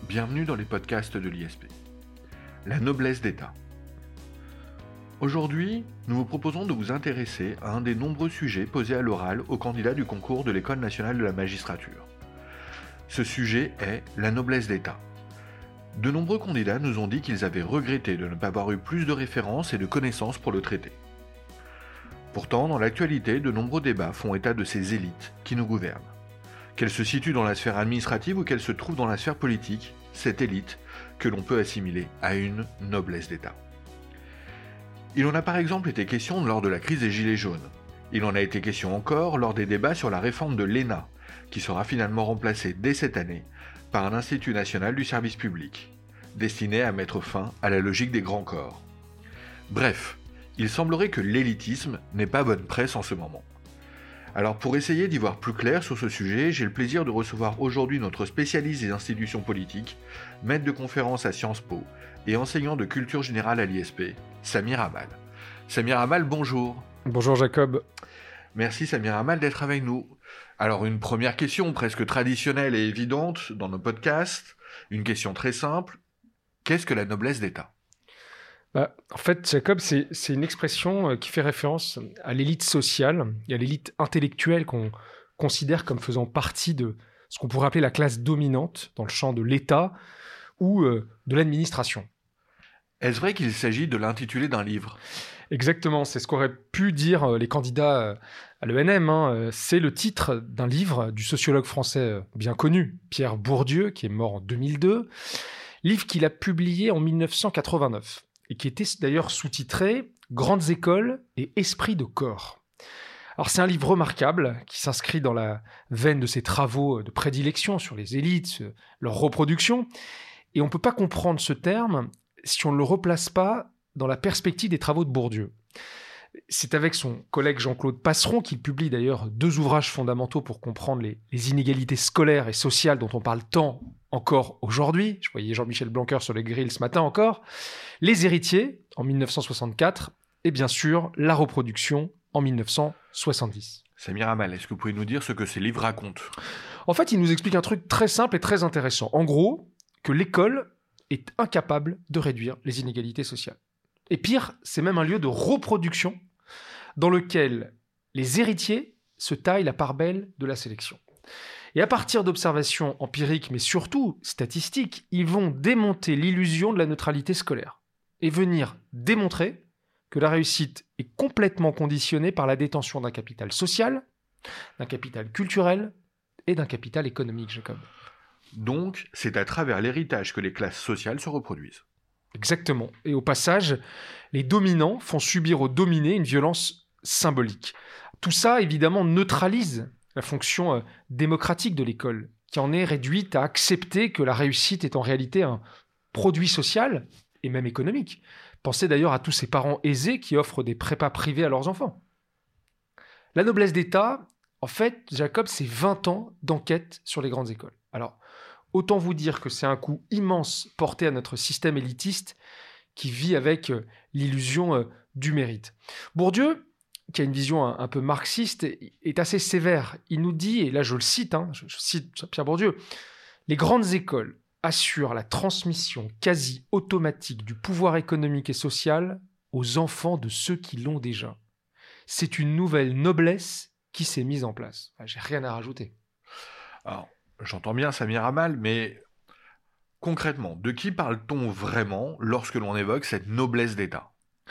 Bienvenue dans les podcasts de l'ISP. La noblesse d'État. Aujourd'hui, nous vous proposons de vous intéresser à un des nombreux sujets posés à l'oral aux candidats du concours de l'École nationale de la magistrature. Ce sujet est la noblesse d'État. De nombreux candidats nous ont dit qu'ils avaient regretté de ne pas avoir eu plus de références et de connaissances pour le traiter. Pourtant, dans l'actualité, de nombreux débats font état de ces élites qui nous gouvernent. Qu'elle se situe dans la sphère administrative ou qu'elle se trouve dans la sphère politique, cette élite que l'on peut assimiler à une noblesse d'État. Il en a par exemple été question lors de la crise des Gilets jaunes. Il en a été question encore lors des débats sur la réforme de l'ENA, qui sera finalement remplacée dès cette année par un Institut national du service public, destiné à mettre fin à la logique des grands corps. Bref, il semblerait que l'élitisme n'ait pas bonne presse en ce moment. Alors pour essayer d'y voir plus clair sur ce sujet, j'ai le plaisir de recevoir aujourd'hui notre spécialiste des institutions politiques, maître de conférence à Sciences Po et enseignant de culture générale à l'ISP, Samir Amal. Samir Amal, bonjour. Bonjour Jacob. Merci Samir Amal d'être avec nous. Alors une première question presque traditionnelle et évidente dans nos podcasts, une question très simple. Qu'est-ce que la noblesse d'État ? En fait, Jacob, c'est une expression qui fait référence à l'élite sociale et à l'élite intellectuelle qu'on considère comme faisant partie de ce qu'on pourrait appeler la classe dominante dans le champ de l'État ou de l'administration. Est-ce vrai qu'il s'agit de l'intitulé d'un livre ? Exactement, c'est ce qu'auraient pu dire les candidats à l'ENM. C'est le titre d'un livre du sociologue français bien connu, Pierre Bourdieu, qui est mort en 2002, livre qu'il a publié en 1989. Et qui était d'ailleurs sous-titré « Grandes écoles et esprit de corps ». Alors c'est un livre remarquable qui s'inscrit dans la veine de ses travaux de prédilection sur les élites, leur reproduction, et on ne peut pas comprendre ce terme si on ne le replace pas dans la perspective des travaux de Bourdieu. C'est avec son collègue Jean-Claude Passeron qu'il publie d'ailleurs 2 ouvrages fondamentaux pour comprendre les inégalités scolaires et sociales dont on parle tant encore aujourd'hui. Je voyais Jean-Michel Blanquer sur les grilles ce matin encore. Les héritiers en 1964 et bien sûr la reproduction en 1970. Samir Amal, est-ce que vous pouvez nous dire ce que ces livres racontent ? En fait, il nous explique un truc très simple et très intéressant. En gros, que l'école est incapable de réduire les inégalités sociales. Et pire, c'est même un lieu de reproduction dans lequel les héritiers se taillent la part belle de la sélection. Et à partir d'observations empiriques, mais surtout statistiques, ils vont démonter l'illusion de la neutralité scolaire et venir démontrer que la réussite est complètement conditionnée par la détention d'un capital social, d'un capital culturel et d'un capital économique, Jacob. Donc, c'est à travers l'héritage que les classes sociales se reproduisent. Exactement. Et au passage, les dominants font subir aux dominés une violence symbolique. Tout ça, évidemment, neutralise la fonction démocratique de l'école, qui en est réduite à accepter que la réussite est en réalité un produit social et même économique. Pensez d'ailleurs à tous ces parents aisés qui offrent des prépas privés à leurs enfants. La noblesse d'État, en fait, Jacob, c'est 20 ans d'enquête sur les grandes écoles. Alors, autant vous dire que c'est un coup immense porté à notre système élitiste qui vit avec l'illusion du mérite. Bourdieu, qui a une vision un peu marxiste, est assez sévère. Il nous dit, et là je le cite, je cite Pierre Bourdieu, « Les grandes écoles assurent la transmission quasi automatique du pouvoir économique et social aux enfants de ceux qui l'ont déjà. C'est une nouvelle noblesse qui s'est mise en place. » J'ai rien à rajouter. Alors, j'entends bien Samir Amal, mais concrètement, de qui parle-t-on vraiment lorsque l'on évoque cette noblesse d'État ?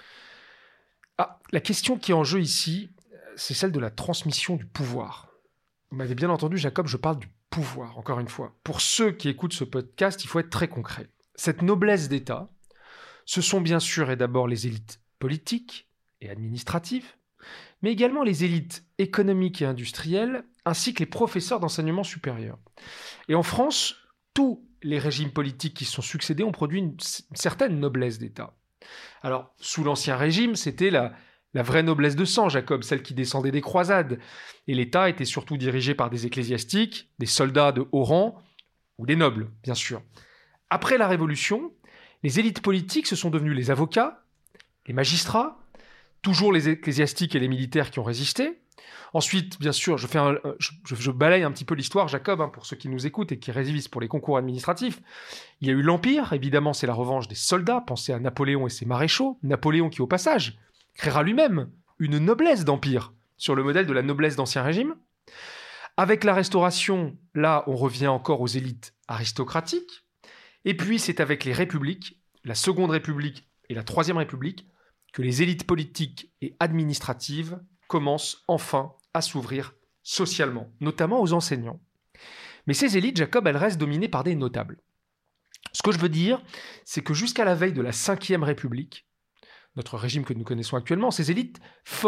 La question qui est en jeu ici, c'est celle de la transmission du pouvoir. Vous m'avez bien entendu, Jacob, je parle du pouvoir, encore une fois. Pour ceux qui écoutent ce podcast, il faut être très concret. Cette noblesse d'État, ce sont bien sûr et d'abord les élites politiques et administratives, mais également les élites économiques et industrielles, ainsi que les professeurs d'enseignement supérieur. Et en France, tous les régimes politiques qui se sont succédés ont produit une certaine noblesse d'État. Alors, sous l'Ancien Régime, c'était la vraie noblesse de sang, Jacob, celle qui descendait des croisades. Et l'État était surtout dirigé par des ecclésiastiques, des soldats de haut rang, ou des nobles, bien sûr. Après la Révolution, les élites politiques se sont devenues les avocats, les magistrats, toujours les ecclésiastiques et les militaires qui ont résisté, Ensuite, bien sûr, je balaye un petit peu l'histoire, Jacob, hein, pour ceux qui nous écoutent et qui révisent pour les concours administratifs. Il y a eu l'Empire, évidemment, c'est la revanche des soldats. Pensez à Napoléon et ses maréchaux. Napoléon qui, au passage, créera lui-même une noblesse d'empire, sur le modèle de la noblesse d'Ancien Régime. Avec la Restauration, là, on revient encore aux élites aristocratiques. Et puis, c'est avec les républiques, la Seconde République et la Troisième République, que les élites politiques et administratives commencent enfin à s'ouvrir socialement, notamment aux enseignants. Mais ces élites, Jacob, elles restent dominées par des notables. Ce que je veux dire, c'est que jusqu'à la veille de la Cinquième République, notre régime que nous connaissons actuellement, ces élites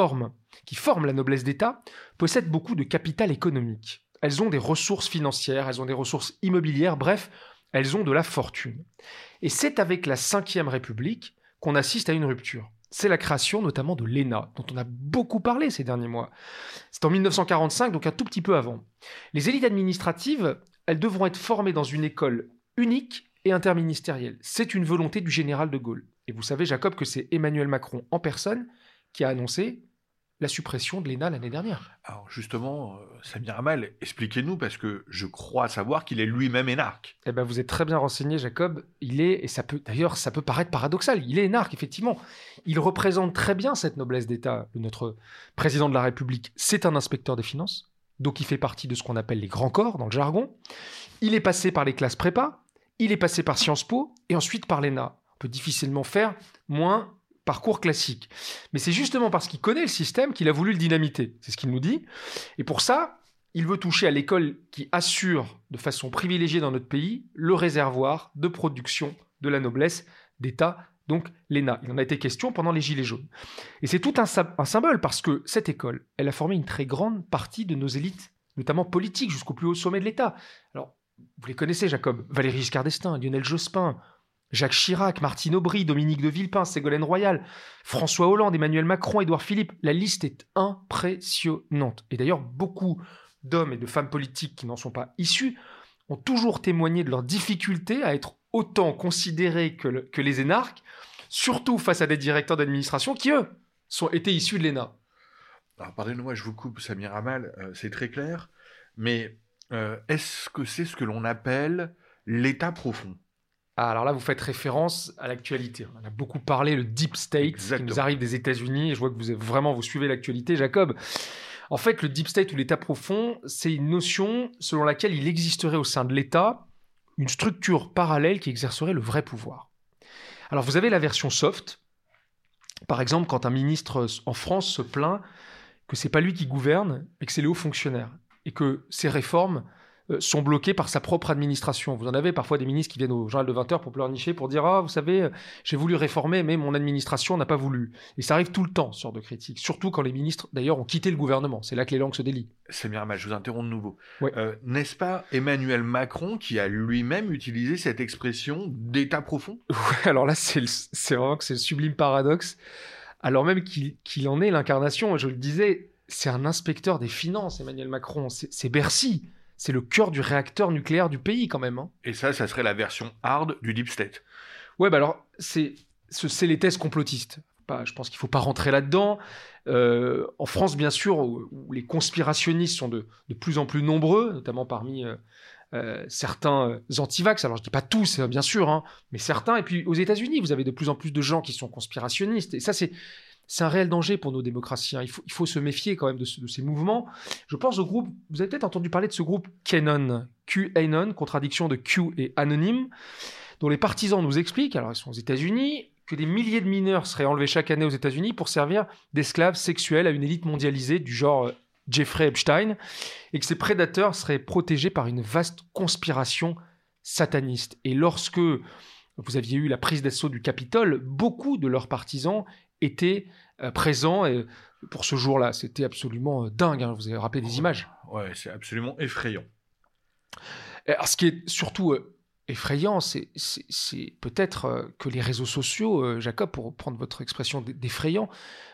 qui forment la noblesse d'État, possèdent beaucoup de capital économique. Elles ont des ressources financières, elles ont des ressources immobilières, bref, elles ont de la fortune. Et c'est avec la Cinquième République qu'on assiste à une rupture. C'est la création notamment de l'ENA, dont on a beaucoup parlé ces derniers mois. C'est en 1945, donc un tout petit peu avant. Les élites administratives, elles devront être formées dans une école unique et interministérielle. C'est une volonté du général de Gaulle. Et vous savez, Jacob, que c'est Emmanuel Macron en personne qui a annoncé la suppression de l'ENA l'année dernière. Alors justement, Samir Amal, expliquez-nous, parce que je crois savoir qu'il est lui-même énarque. Eh bien, vous êtes très bien renseigné, Jacob. Il est, et ça peut paraître paradoxal, il est énarque, effectivement. Il représente très bien cette noblesse d'État. Notre président de la République, c'est un inspecteur des finances, donc il fait partie de ce qu'on appelle les grands corps, dans le jargon. Il est passé par les classes prépa, il est passé par Sciences Po, et ensuite par l'ENA. On peut difficilement faire moins parcours classique. Mais c'est justement parce qu'il connaît le système qu'il a voulu le dynamiter. C'est ce qu'il nous dit. Et pour ça, il veut toucher à l'école qui assure de façon privilégiée dans notre pays le réservoir de production de la noblesse d'État, donc l'ENA. Il en a été question pendant les Gilets jaunes. Et c'est tout un symbole parce que cette école, elle a formé une très grande partie de nos élites, notamment politiques, jusqu'au plus haut sommet de l'État. Alors, vous les connaissez, Jacob. Valéry Giscard d'Estaing, Lionel Jospin, Jacques Chirac, Martine Aubry, Dominique de Villepin, Ségolène Royal, François Hollande, Emmanuel Macron, Édouard Philippe. La liste est impressionnante. Et d'ailleurs, beaucoup d'hommes et de femmes politiques qui n'en sont pas issus ont toujours témoigné de leur difficulté à être autant considérés que les énarques, surtout face à des directeurs d'administration qui, eux, étaient issus de l'ENA. Alors, pardonnez-moi, je vous coupe, Samir Amal, c'est très clair, mais est-ce que c'est ce que l'on appelle l'État profond ? Ah, alors là, vous faites référence à l'actualité. On a beaucoup parlé, le Deep State, Exactement. Qui nous arrive des États-Unis. Et je vois que vous suivez l'actualité, Jacob. En fait, le Deep State ou l'État profond, c'est une notion selon laquelle il existerait au sein de l'État une structure parallèle qui exercerait le vrai pouvoir. Alors, vous avez la version soft. Par exemple, quand un ministre en France se plaint que c'est pas lui qui gouverne, mais que c'est les hauts fonctionnaires, et que ces réformes sont bloqués par sa propre administration. Vous en avez parfois des ministres qui viennent au journal de 20h pour pleurnicher, pour dire « Ah, vous savez, j'ai voulu réformer, mais mon administration n'a pas voulu. » Et ça arrive tout le temps, ce genre de critique. Surtout quand les ministres, d'ailleurs, ont quitté le gouvernement. C'est là que les langues se délient. Samir Amal, je vous interromps de nouveau. Ouais. N'est-ce pas Emmanuel Macron qui a lui-même utilisé cette expression d'État profond ? Ouais, alors là, c'est vraiment que c'est le sublime paradoxe. Alors même qu'il en est l'incarnation, je le disais, c'est un inspecteur des finances, Emmanuel Macron. C'est Bercy. C'est le cœur du réacteur nucléaire du pays, quand même. Hein. Et ça serait la version hard du Deep State. Ouais, bah alors, c'est les thèses complotistes. Je pense qu'il ne faut pas rentrer là-dedans. En France, bien sûr, où les conspirationnistes sont de plus en plus nombreux, notamment parmi certains antivax. Alors, je ne dis pas tous, bien sûr, hein, mais certains. Et puis, aux États-Unis, vous avez de plus en plus de gens qui sont conspirationnistes. Et ça, c'est un réel danger pour nos démocraties. Hein. Il faut se méfier quand même de ces mouvements. Je pense au groupe, vous avez peut-être entendu parler de ce groupe QAnon, QAnon, contradiction de Q et anonyme, dont les partisans nous expliquent, alors ils sont aux États-Unis, que des milliers de mineurs seraient enlevés chaque année aux États-Unis pour servir d'esclaves sexuels à une élite mondialisée du genre Jeffrey Epstein, et que ces prédateurs seraient protégés par une vaste conspiration sataniste. Et lorsque vous aviez eu la prise d'assaut du Capitole, beaucoup de leurs partisans étaient présents pour ce jour-là. C'était absolument dingue, hein. Vous avez rappelé des images. Ouais, c'est absolument effrayant. Alors, ce qui est surtout effrayant, c'est peut-être que les réseaux sociaux, Jacob, pour prendre votre expression d'effrayant,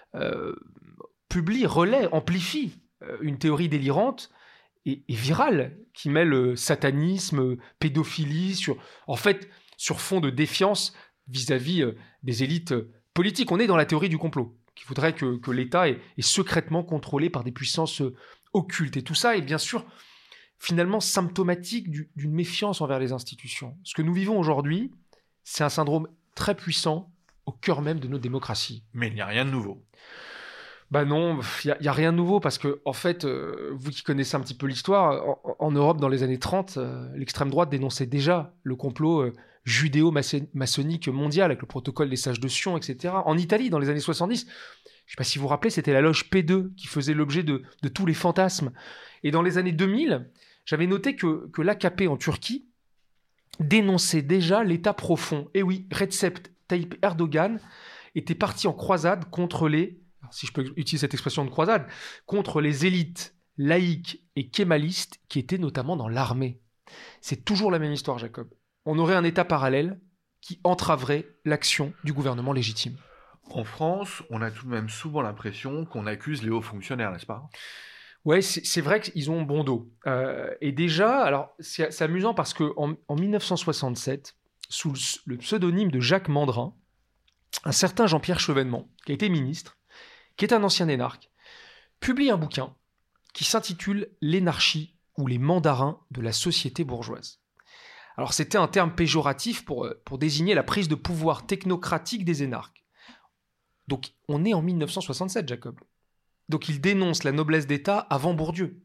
publient, relaient, amplifient une théorie délirante et virale qui mêle satanisme, pédophilie, sur fond de défiance vis-à-vis des élites politique. On est dans la théorie du complot. qui voudrait que l'État est secrètement contrôlé par des puissances occultes. Et tout ça est bien sûr finalement symptomatique d'une méfiance envers les institutions. Ce que nous vivons aujourd'hui, c'est un syndrome très puissant au cœur même de notre démocratie. Mais il n'y a rien de nouveau. Bah non, il n'y a rien de nouveau parce que, en fait, vous qui connaissez un petit peu l'histoire, en Europe, dans les années 30, l'extrême droite dénonçait déjà le complot judéo-maçonnique mondial avec le protocole des sages de Sion, etc. En Italie, dans les années 70, je ne sais pas si vous vous rappelez, c'était la loge P2 qui faisait l'objet de tous les fantasmes. Et dans les années 2000, j'avais noté que l'AKP en Turquie dénonçait déjà l'État profond. Et oui, Recep Tayyip Erdogan était parti en croisade contre si je peux utiliser cette expression de croisade, contre les élites laïques et kémalistes qui étaient notamment dans l'armée. C'est toujours la même histoire, Jacob. On aurait un État parallèle qui entraverait l'action du gouvernement légitime. En France, on a tout de même souvent l'impression qu'on accuse les hauts fonctionnaires, n'est-ce pas ? Ouais, c'est vrai qu'ils ont bon dos. Et déjà, alors c'est amusant parce qu'en 1967, sous le pseudonyme de Jacques Mandrin, un certain Jean-Pierre Chevènement, qui a été ministre, qui est un ancien énarque, publie un bouquin qui s'intitule « L'énarchie ou les mandarins de la société bourgeoise ». Alors c'était un terme péjoratif pour désigner la prise de pouvoir technocratique des énarques. Donc on est en 1967, Jacob. Donc il dénonce la noblesse d'État avant Bourdieu.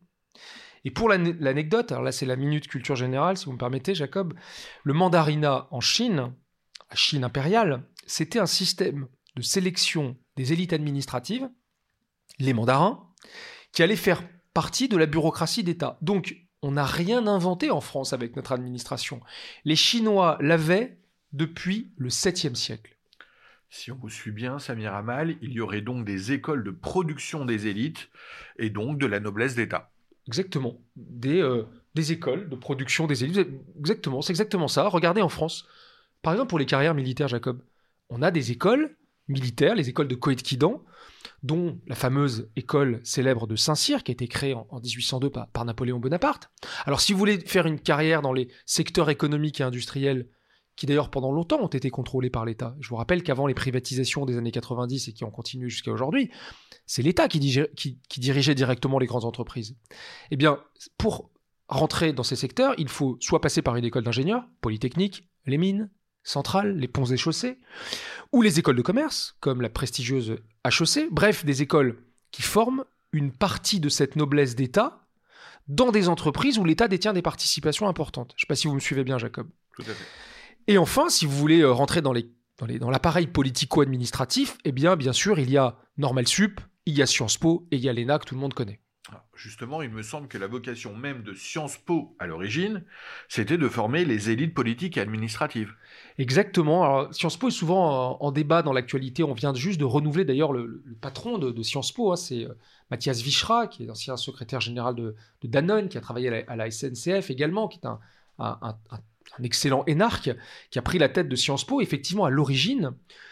Et pour l'anecdote, alors là c'est la minute culture générale, si vous me permettez, Jacob, le mandarinat en Chine, la Chine impériale, c'était un système de sélection des élites administratives, les mandarins, qui allaient faire partie de la bureaucratie d'État. Donc, on n'a rien inventé en France avec notre administration. Les Chinois l'avaient depuis le 7e siècle. Si on vous suit bien, Samir Amal, il y aurait donc des écoles de production des élites et donc de la noblesse d'État. Exactement. Des écoles de production des élites. Exactement, c'est exactement ça. Regardez en France. Par exemple, pour les carrières militaires, Jacob, on a des écoles militaires, les écoles de Coët-Quidan, dont la fameuse école célèbre de Saint-Cyr, qui a été créée en 1802 par Napoléon Bonaparte. Alors, si vous voulez faire une carrière dans les secteurs économiques et industriels, qui d'ailleurs pendant longtemps ont été contrôlés par l'État, je vous rappelle qu'avant les privatisations des années 90 et qui ont continué jusqu'à aujourd'hui, c'est l'État qui dirigeait directement les grandes entreprises. Eh bien, pour rentrer dans ces secteurs, il faut soit passer par une école d'ingénieurs, Polytechnique, les mines, Centrale, les ponts et chaussées, ou les écoles de commerce, comme la prestigieuse HEC, bref, des écoles qui forment une partie de cette noblesse d'État dans des entreprises où l'État détient des participations importantes. Je ne sais pas si vous me suivez bien, Jacob. Tout à fait. Et enfin, si vous voulez rentrer dans l'appareil politico-administratif, eh bien sûr, il y a Normal Sup, il y a Sciences Po et il y a l'ENA que tout le monde connaît. Justement, il me semble que la vocation même de Sciences Po, à l'origine, c'était de former les élites politiques et administratives. Exactement. Alors, Sciences Po est souvent en débat dans l'actualité. On vient juste de renouveler d'ailleurs le patron de Sciences Po. C'est Mathias Vichra, qui est ancien secrétaire général de Danone, qui a travaillé à la SNCF également, qui est un excellent énarque, qui a pris la tête de Sciences Po. Effectivement, à l'origine,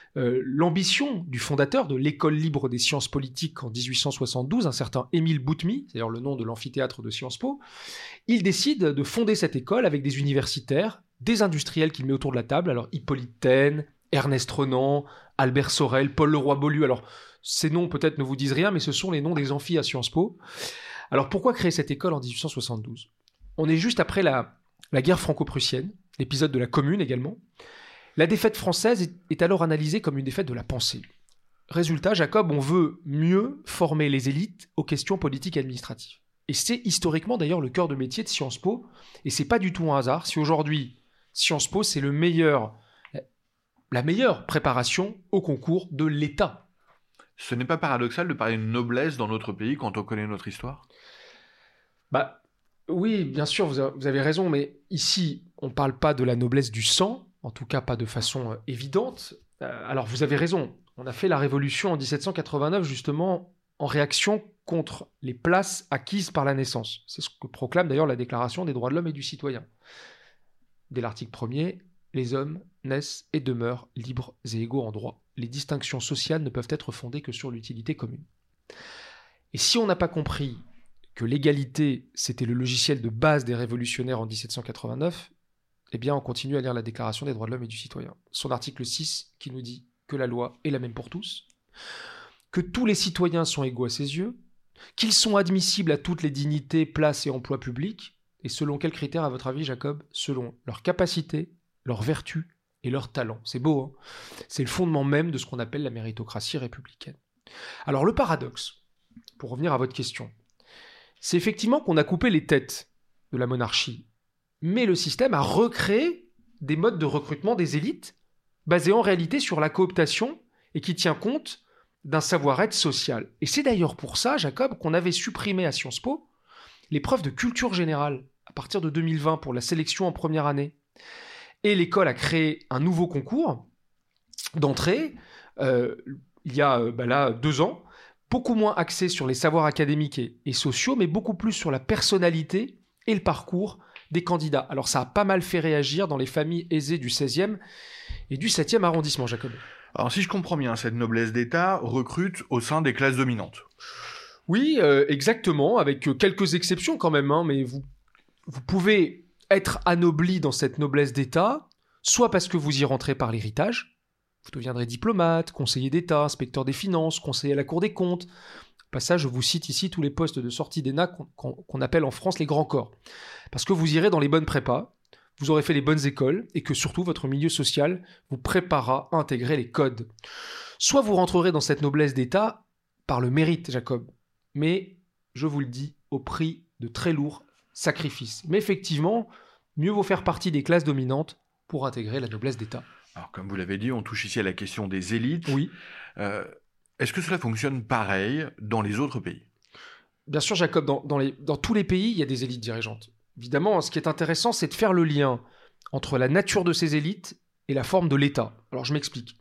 l'ambition du fondateur de l'École libre des sciences politiques en 1872, un certain Émile Boutmy, c'est d'ailleurs le nom de l'amphithéâtre de Sciences Po, il décide de fonder cette école avec des universitaires, des industriels qu'il met autour de la table, alors Hippolyte Taine, Ernest Renan, Albert Sorel, Paul Leroy-Beaulieu. Alors, ces noms peut-être ne vous disent rien, mais ce sont les noms des amphis à Sciences Po. Alors, pourquoi créer cette école en 1872 ? On est juste après la guerre franco-prussienne, l'épisode de la Commune également. La défaite française est alors analysée comme une défaite de la pensée. Résultat, Jacob, on veut mieux former les élites aux questions politiques et administratives. Et c'est historiquement d'ailleurs le cœur de métier de Sciences Po, et c'est pas du tout un hasard si aujourd'hui Sciences Po c'est la meilleure préparation au concours de l'État. Ce n'est pas paradoxal de parler de noblesse dans notre pays quand on connaît notre histoire ? Bah oui, bien sûr, vous avez raison, mais ici on parle pas de la noblesse du sang, en tout cas pas de façon évidente. Alors vous avez raison, on a fait la révolution en 1789 justement en réaction contre les places acquises par la naissance. C'est ce que proclame d'ailleurs la Déclaration des droits de l'homme et du citoyen. Dès l'article 1er, les hommes naissent et demeurent libres et égaux en droit. Les distinctions sociales ne peuvent être fondées que sur l'utilité commune. Et si on n'a pas compris que l'égalité, c'était le logiciel de base des révolutionnaires en 1789, eh bien on continue à lire la Déclaration des droits de l'homme et du citoyen. Son article 6 qui nous dit que la loi est la même pour tous, que tous les citoyens sont égaux à ses yeux, qu'ils sont admissibles à toutes les dignités, places et emplois publics, et selon quels critères, à votre avis, Jacob? Selon leur capacité, leur vertu et leur talent. C'est beau, hein? C'est le fondement même de ce qu'on appelle la méritocratie républicaine. Alors le paradoxe, pour revenir à votre question, c'est effectivement qu'on a coupé les têtes de la monarchie, mais le système a recréé des modes de recrutement des élites basés en réalité sur la cooptation et qui tient compte d'un savoir-être social. Et c'est d'ailleurs pour ça, Jacob, qu'on avait supprimé à Sciences Po l'épreuve de culture générale à partir de 2020 pour la sélection en première année. Et l'école a créé un nouveau concours d'entrée il y a 2 ans, beaucoup moins axé sur les savoirs académiques et sociaux, mais beaucoup plus sur la personnalité et le parcours des candidats. Alors ça a pas mal fait réagir dans les familles aisées du 16e et du 7e arrondissement, Jacob. Alors si je comprends bien, cette noblesse d'État recrute au sein des classes dominantes. Oui, exactement, avec quelques exceptions quand même, hein, mais vous pouvez être anobli dans cette noblesse d'État, soit parce que vous y rentrez par l'héritage, vous deviendrez diplomate, conseiller d'État, inspecteur des finances, conseiller à la Cour des comptes. Au passage, je vous cite ici tous les postes de sortie d'ENA qu'on appelle en France les grands corps. Parce que vous irez dans les bonnes prépas, vous aurez fait les bonnes écoles, et que surtout votre milieu social vous préparera à intégrer les codes. Soit vous rentrerez dans cette noblesse d'État par le mérite, Jacob, mais, je vous le dis, au prix de très lourds sacrifices. Mais effectivement, mieux vaut faire partie des classes dominantes pour intégrer la noblesse d'État. Alors, comme vous l'avez dit, on touche ici à la question des élites. Oui. Est-ce que cela fonctionne pareil dans les autres pays? Bien sûr, Jacob, dans tous les pays, il y a des élites dirigeantes. Évidemment, ce qui est intéressant, c'est de faire le lien entre la nature de ces élites et la forme de l'État. Alors, je m'explique.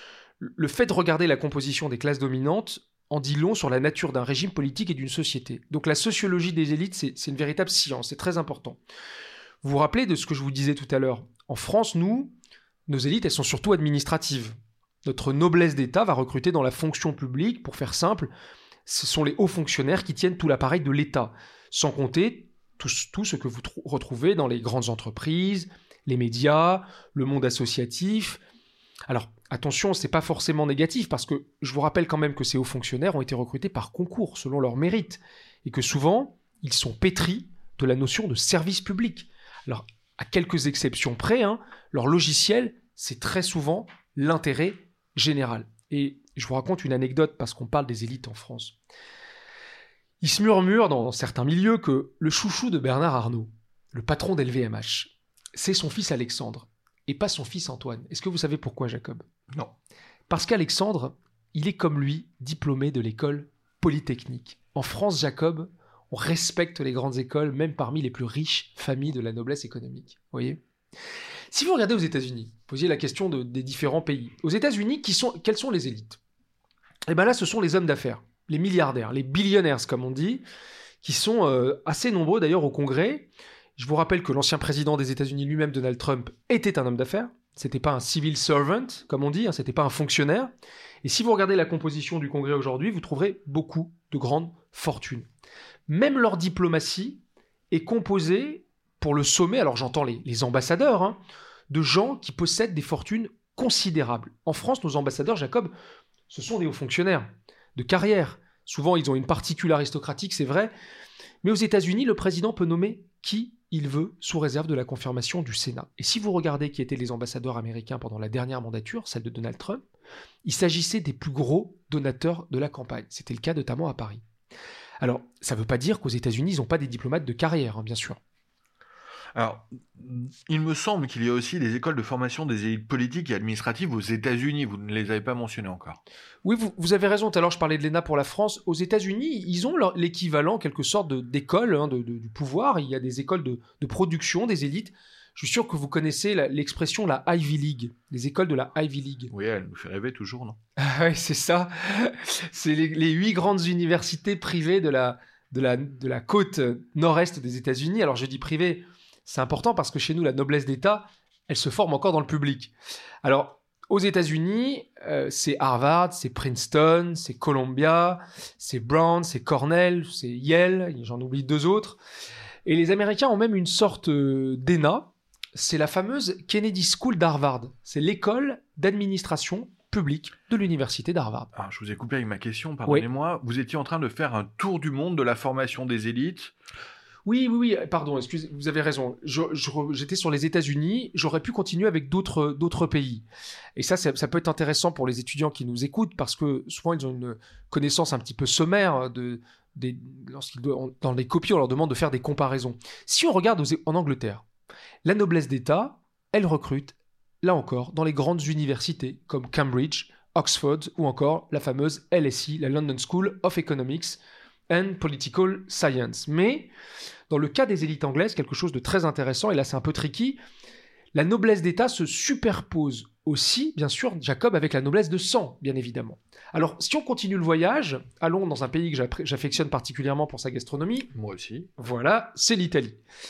Le fait de regarder la composition des classes dominantes en dit long sur la nature d'un régime politique et d'une société. Donc, la sociologie des élites, c'est une véritable science, c'est très important. Vous vous rappelez de ce que je vous disais tout à l'heure? En France, nos élites, elles sont surtout administratives. Notre noblesse d'État va recruter dans la fonction publique, pour faire simple, ce sont les hauts fonctionnaires qui tiennent tout l'appareil de l'État, sans compter tout ce que vous retrouvez dans les grandes entreprises, les médias, le monde associatif. Alors, attention, c'est pas forcément négatif, parce que je vous rappelle quand même que ces hauts fonctionnaires ont été recrutés par concours, selon leur mérite, et que souvent, ils sont pétris de la notion de service public. Alors, à quelques exceptions près, leur logiciel, c'est très souvent l'intérêt général. Et je vous raconte une anecdote parce qu'on parle des élites en France. Il se murmure dans certains milieux que le chouchou de Bernard Arnault, le patron d'LVMH, c'est son fils Alexandre et pas son fils Antoine. Est-ce que vous savez pourquoi, Jacob? Non. Parce qu'Alexandre, il est comme lui, diplômé de l'école polytechnique. En France, Jacob, on respecte les grandes écoles, même parmi les plus riches familles de la noblesse économique. Vous voyez? Si vous regardez aux États-Unis, posiez la question des différents pays. Aux États-Unis, quelles sont les élites? Eh bien là, ce sont les hommes d'affaires, les milliardaires, les billionaires, comme on dit, qui sont assez nombreux d'ailleurs au Congrès. Je vous rappelle que l'ancien président des États-Unis lui-même, Donald Trump, était un homme d'affaires. C'était pas un civil servant, comme on dit, c'était pas un fonctionnaire. Et si vous regardez la composition du Congrès aujourd'hui, vous trouverez beaucoup de grandes fortunes. Même leur diplomatie est composée pour le sommet, alors j'entends les ambassadeurs, de gens qui possèdent des fortunes considérables. En France, nos ambassadeurs, Jacob, ce sont des hauts fonctionnaires de carrière. Souvent, ils ont une particule aristocratique, c'est vrai. Mais aux États-Unis, le président peut nommer qui il veut, sous réserve de la confirmation du Sénat. Et si vous regardez qui étaient les ambassadeurs américains pendant la dernière mandature, celle de Donald Trump, il s'agissait des plus gros donateurs de la campagne. C'était le cas notamment à Paris. Alors, ça ne veut pas dire qu'aux États-Unis, ils n'ont pas des diplomates de carrière, bien sûr. Alors, il me semble qu'il y a aussi des écoles de formation des élites politiques et administratives aux États-Unis. Vous ne les avez pas mentionnées encore. Oui, vous avez raison. Tout à l'heure, je parlais de l'ENA pour la France. Aux États-Unis, ils ont l'équivalent, en quelque sorte, d'écoles du pouvoir. Il y a des écoles de production, des élites. Je suis sûr que vous connaissez l'expression la Ivy League, les écoles de la Ivy League. Oui, elle nous fait rêver toujours, non? Ah oui, c'est ça. C'est les 8 grandes universités privées de la côte nord-est des États-Unis. Alors, je dis privées, c'est important parce que chez nous, la noblesse d'État, elle se forme encore dans le public. Alors, aux États-Unis, c'est Harvard, c'est Princeton, c'est Columbia, c'est Brown, c'est Cornell, c'est Yale, j'en oublie 2 autres. Et les Américains ont même une sorte d'ENA, c'est la fameuse Kennedy School d'Harvard. C'est l'école d'administration public de l'université d'Harvard. Alors, je vous ai coupé avec ma question, pardonnez-moi. Vous étiez en train de faire un tour du monde de la formation des élites. Oui, pardon, excusez, vous avez raison. J'étais sur les États-Unis, j'aurais pu continuer avec d'autres pays. Et ça peut être intéressant pour les étudiants qui nous écoutent, parce que souvent ils ont une connaissance un petit peu sommaire dans les copies, on leur demande de faire des comparaisons. Si on regarde en Angleterre, la noblesse d'État, elle recrute, là encore, dans les grandes universités comme Cambridge, Oxford ou encore la fameuse LSE, la London School of Economics and Political Science. Mais dans le cas des élites anglaises, quelque chose de très intéressant, et là c'est un peu tricky, la noblesse d'État se superpose aussi, bien sûr, Jacob, avec la noblesse de sang, bien évidemment. Alors, si on continue le voyage, allons dans un pays que j'affectionne particulièrement pour sa gastronomie. Moi aussi. Voilà, c'est l'Italie.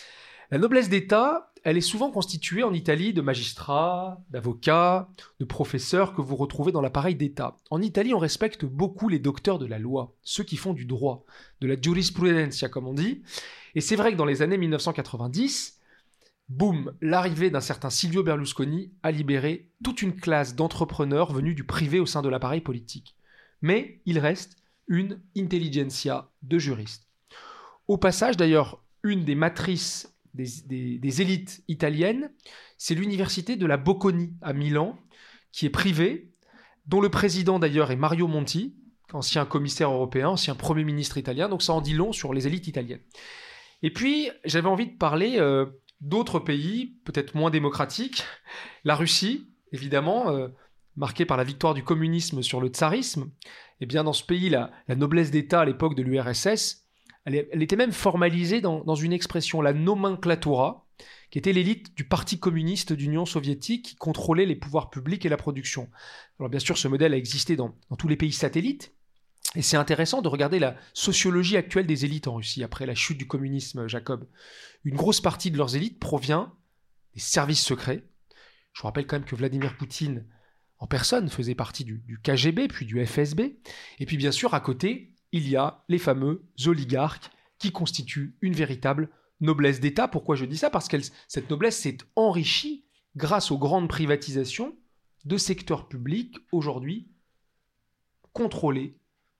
La noblesse d'État, elle est souvent constituée en Italie de magistrats, d'avocats, de professeurs que vous retrouvez dans l'appareil d'État. En Italie, on respecte beaucoup les docteurs de la loi, ceux qui font du droit, de la jurisprudencia, comme on dit. Et c'est vrai que dans les années 1990, boum, l'arrivée d'un certain Silvio Berlusconi a libéré toute une classe d'entrepreneurs venus du privé au sein de l'appareil politique. Mais il reste une intelligentsia de juristes. Au passage, d'ailleurs, une des matrices des élites italiennes, c'est l'université de la Bocconi à Milan, qui est privée, dont le président d'ailleurs est Mario Monti, ancien commissaire européen, ancien Premier ministre italien, donc ça en dit long sur les élites italiennes. Et puis, j'avais envie de parler d'autres pays, peut-être moins démocratiques. La Russie, évidemment, marquée par la victoire du communisme sur le tsarisme. Eh bien, dans ce pays, la noblesse d'État à l'époque de l'URSS, elle était même formalisée dans une expression, la nomenclatura, qui était l'élite du Parti communiste d'Union soviétique qui contrôlait les pouvoirs publics et la production. Alors bien sûr, ce modèle a existé dans tous les pays satellites, et c'est intéressant de regarder la sociologie actuelle des élites en Russie, après la chute du communisme, Jacob. Une grosse partie de leurs élites provient des services secrets. Je vous rappelle quand même que Vladimir Poutine, en personne, faisait partie du KGB, puis du FSB. Et puis bien sûr, à côté, il y a les fameux oligarques qui constituent une véritable noblesse d'État. Pourquoi je dis ça ? Parce que cette noblesse s'est enrichie grâce aux grandes privatisations de secteurs publics aujourd'hui contrôlés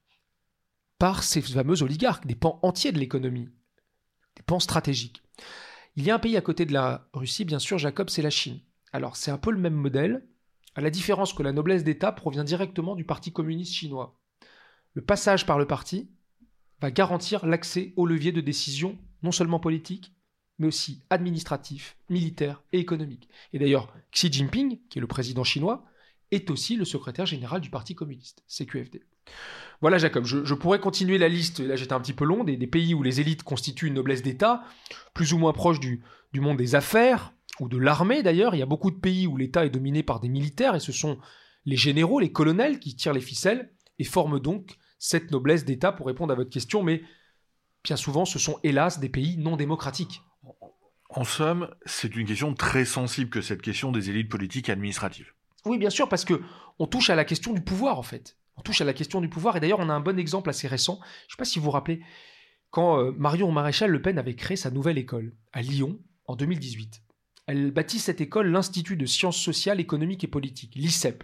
par ces fameux oligarques, des pans entiers de l'économie, des pans stratégiques. Il y a un pays à côté de la Russie, bien sûr, Jacob, c'est la Chine. Alors, c'est un peu le même modèle, à la différence que la noblesse d'État provient directement du Parti communiste chinois. Le passage par le parti va garantir l'accès aux leviers de décision, non seulement politique, mais aussi administratif, militaire et économique. Et d'ailleurs, Xi Jinping, qui est le président chinois, est aussi le secrétaire général du Parti communiste, CQFD. Voilà Jacob, je pourrais continuer la liste, là j'étais un petit peu long, des pays où les élites constituent une noblesse d'État, plus ou moins proche du monde des affaires, ou de l'armée d'ailleurs. Il y a beaucoup de pays où l'État est dominé par des militaires, et ce sont les généraux, les colonels qui tirent les ficelles, et forment donc cette noblesse d'État, pour répondre à votre question, mais bien souvent ce sont hélas des pays non démocratiques. En somme, c'est une question très sensible que cette question des élites politiques et administratives. Oui, bien sûr, parce qu'on touche à la question du pouvoir, en fait. On touche à la question du pouvoir, et d'ailleurs, on a un bon exemple assez récent. Je ne sais pas si vous vous rappelez, quand Marion Maréchal Le Pen avait créé sa nouvelle école, à Lyon, en 2018. Elle baptise cette école l'Institut de sciences sociales, économiques et politiques, l'ISEP.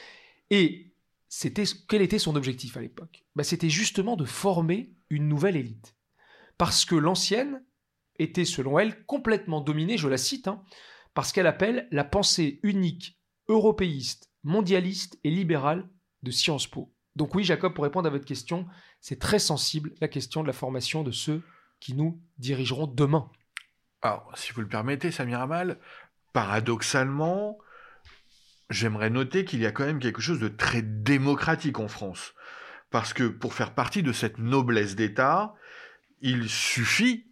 Et quel était son objectif à l'époque ? C'était justement de former une nouvelle élite. Parce que l'ancienne était, selon elle, complètement dominée, je la cite, parce qu'elle appelle la pensée unique, européiste, mondialiste et libérale de Sciences Po. Donc oui, Jacob, pour répondre à votre question, c'est très sensible, la question de la formation de ceux qui nous dirigeront demain. Alors, si vous le permettez, Samir Amal, paradoxalement, j'aimerais noter qu'il y a quand même quelque chose de très démocratique en France. Parce que pour faire partie de cette noblesse d'État, il suffit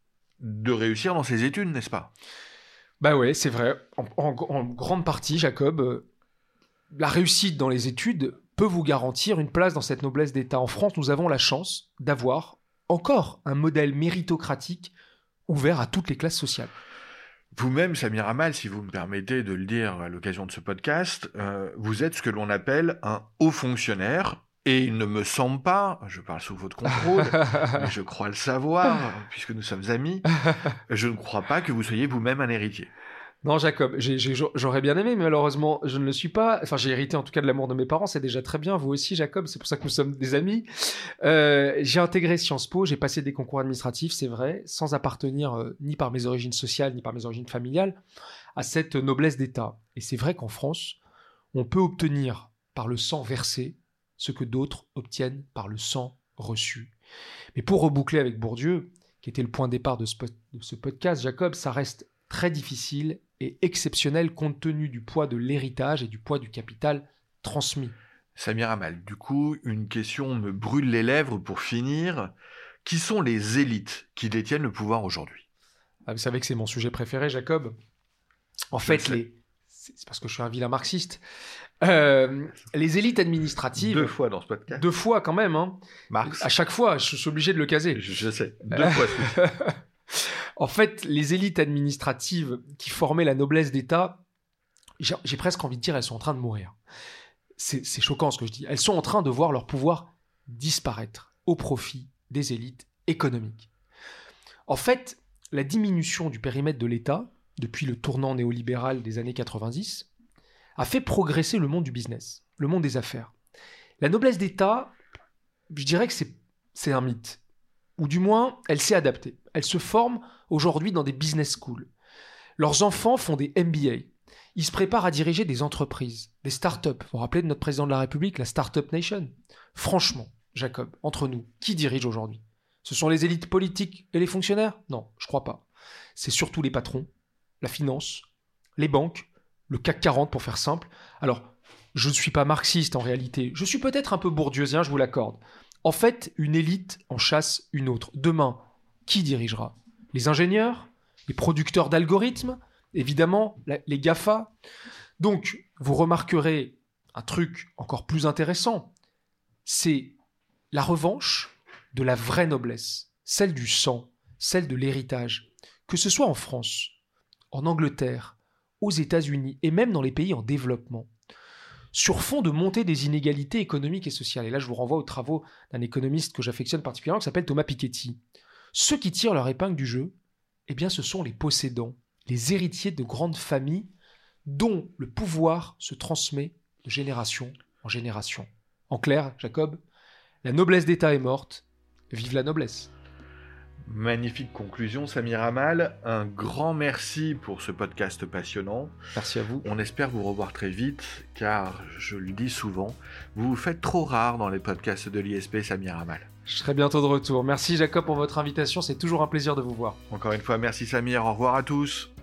de réussir dans ses études, n'est-ce pas ? Ouais, c'est vrai. En grande partie, Jacob, la réussite dans les études peut vous garantir une place dans cette noblesse d'État. En France, nous avons la chance d'avoir encore un modèle méritocratique ouvert à toutes les classes sociales. Vous-même, Samir Amal, si vous me permettez de le dire à l'occasion de ce podcast, vous êtes ce que l'on appelle un haut fonctionnaire, et il ne me semble pas, je parle sous votre contrôle, mais je crois le savoir, puisque nous sommes amis, je ne crois pas que vous soyez vous-même un héritier. Non, Jacob, j'aurais bien aimé, mais malheureusement, je ne le suis pas. Enfin, j'ai hérité en tout cas de l'amour de mes parents, c'est déjà très bien. Vous aussi, Jacob, c'est pour ça que nous sommes des amis. J'ai intégré Sciences Po, j'ai passé des concours administratifs, c'est vrai, sans appartenir ni par mes origines sociales, ni par mes origines familiales, à cette noblesse d'État. Et c'est vrai qu'en France, on peut obtenir par le sang versé ce que d'autres obtiennent par le sang reçu. Mais pour reboucler avec Bourdieu, qui était le point de départ de ce podcast, Jacob, ça reste très difficile et exceptionnel compte tenu du poids de l'héritage et du poids du capital transmis. Samir Amal, du coup, une question me brûle les lèvres pour finir. Qui sont les élites qui détiennent le pouvoir aujourd'hui ? Vous savez que c'est mon sujet préféré, Jacob. En fait, c'est parce que je suis un vilain marxiste. Les élites administratives... 2 fois dans ce podcast. 2 fois quand même. Hein. Marx. À chaque fois, je suis obligé de le caser. Je sais, 2 fois. En fait, les élites administratives qui formaient la noblesse d'État, j'ai presque envie de dire, elles sont en train de mourir. C'est choquant ce que je dis. Elles sont en train de voir leur pouvoir disparaître au profit des élites économiques. En fait, la diminution du périmètre de l'État, depuis le tournant néolibéral des années 90, a fait progresser le monde du business, le monde des affaires. La noblesse d'État, je dirais que c'est un mythe. Ou du moins, elle s'est adaptée. Elle se forme aujourd'hui dans des business schools. Leurs enfants font des MBA. Ils se préparent à diriger des entreprises, des startups. Vous vous rappelez de notre président de la République, la Startup Nation ? Franchement, Jacob, entre nous, qui dirige aujourd'hui ? Ce sont les élites politiques et les fonctionnaires ? Non, je crois pas. C'est surtout les patrons, la finance, les banques, le CAC 40 pour faire simple. Alors, je ne suis pas marxiste en réalité. Je suis peut-être un peu bourdieusien, je vous l'accorde. En fait, une élite en chasse une autre. Demain, qui dirigera ? Les ingénieurs ? Les producteurs d'algorithmes ? Évidemment, les GAFA. Donc, vous remarquerez un truc encore plus intéressant. C'est la revanche de la vraie noblesse, celle du sang, celle de l'héritage. Que ce soit en France, en Angleterre, aux États-Unis et même dans les pays en développement. Sur fond de montée des inégalités économiques et sociales. Et là, je vous renvoie aux travaux d'un économiste que j'affectionne particulièrement, qui s'appelle Thomas Piketty. Ceux qui tirent leur épingle du jeu, eh bien, ce sont les possédants, les héritiers de grandes familles dont le pouvoir se transmet de génération en génération. En clair, Jacob, la noblesse d'État est morte, vive la noblesse. Magnifique conclusion, Samir Amal. Un grand merci pour ce podcast passionnant. Merci à vous. On espère vous revoir très vite, car, je le dis souvent, vous vous faites trop rare dans les podcasts de l'ISP, Samir Amal. Je serai bientôt de retour. Merci Jacob pour votre invitation, c'est toujours un plaisir de vous voir. Encore une fois, merci Samir, au revoir à tous.